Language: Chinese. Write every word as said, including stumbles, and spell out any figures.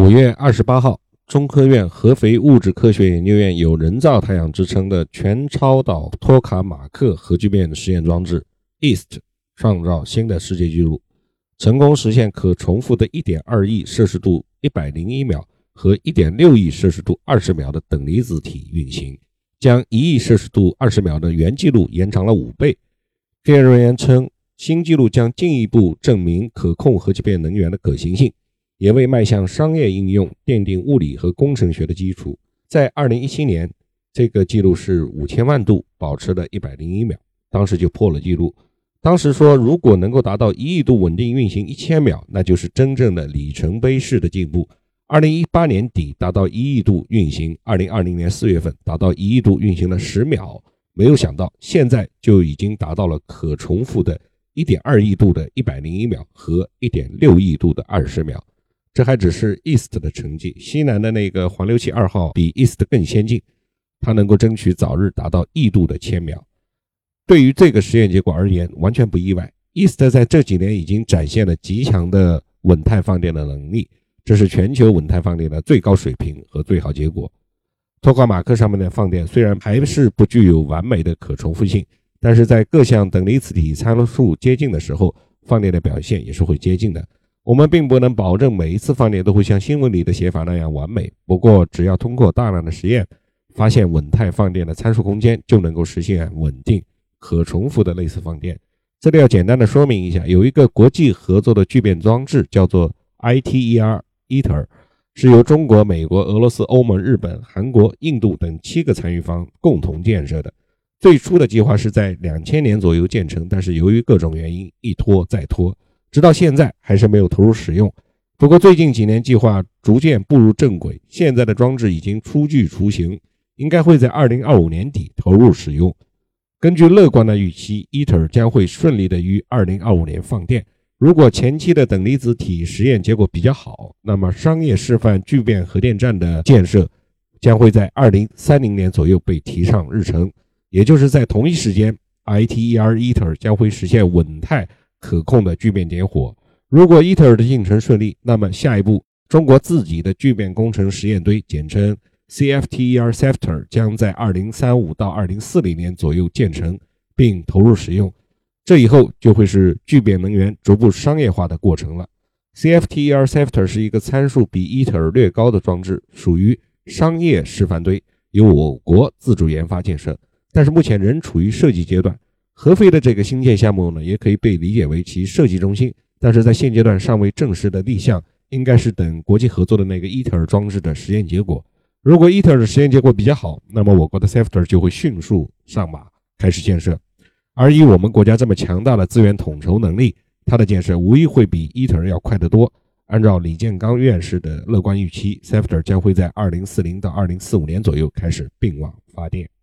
五月二十八号，中科院合肥物质科学研究院有人造太阳之称的全超导托卡马克核聚变实验装置 E A S T 创造新的世界纪录，成功实现可重复的 一点二亿摄氏度一百零一秒和 一点六亿摄氏度二十秒的等离子体运行，将一亿摄氏度二十秒的原纪录延长了五倍。科研人员称，新纪录将进一步证明可控核聚变能源的可行性，也为迈向商业应用奠定物理和工程学的基础。在二零一七年，这个记录是五千万度，保持了一百零一秒，当时就破了记录。当时说，如果能够达到一亿度稳定运行一千秒，那就是真正的里程碑式的进步。二零一八年底达到一亿度运行，二零二零年四月份达到一亿度运行了十秒，没有想到现在就已经达到了可重复的 一点二亿度的一百零一秒和 一点六亿度的二十秒。这还只是 E A S T 的成绩，西南的那个环六七二号比 E A S T 更先进，它能够争取早日达到亿度的千秒。对于这个实验结果而言，完全不意外。E A S T 在这几年已经展现了极强的稳态放电的能力，这是全球稳态放电的最高水平和最好结果。托卡马克上面的放电虽然还是不具有完美的可重复性，但是在各项等离子体参数接近的时候，放电的表现也是会接近的。我们并不能保证每一次放电都会像新闻里的写法那样完美，不过只要通过大量的实验，发现稳态放电的参数空间，就能够实现稳定可重复的类似放电。这里要简单的说明一下，有一个国际合作的聚变装置叫做 I T E R I T E R， 是由中国、美国、俄罗斯、欧盟、日本、韩国、印度等七个参与方共同建设的。最初的计划是在两千年左右建成，但是由于各种原因一拖再拖，直到现在还是没有投入使用。不过最近几年计划逐渐步入正轨，现在的装置已经初具雏形，应该会在二零二五年底投入使用。根据乐观的预期， I T E R 将会顺利的于二零二五年放电。如果前期的等离子体实验结果比较好，那么商业示范聚变核电站的建设将会在二零三零年左右被提上日程，也就是在同一时间 I T E R I T E R 将会实现稳态可控的聚变点火。如果 I T E R 的进程顺利，那么下一步中国自己的聚变工程实验堆，简称 C F T E R C E F T E R 将在二零三五到二零四零年左右建成并投入使用。这以后就会是聚变能源逐步商业化的过程了。 C F T E R C E F T E R 是一个参数比 I T E R 略高的装置，属于商业示范堆，由我国自主研发建设，但是目前仍处于设计阶段。合肥的这个新建项目呢，也可以被理解为其设计中心，但是在现阶段尚未正式的立项，应该是等国际合作的那个 I T E R 装置的实验结果。如果 I T E R 的实验结果比较好，那么我国的 C E F T E R 就会迅速上马开始建设。而以我们国家这么强大的资源统筹能力，它的建设无疑会比 I T E R 要快得多。按照李建刚院士的乐观预期， C E F T E R 将会在二零四零到二零四五年左右开始并网发电。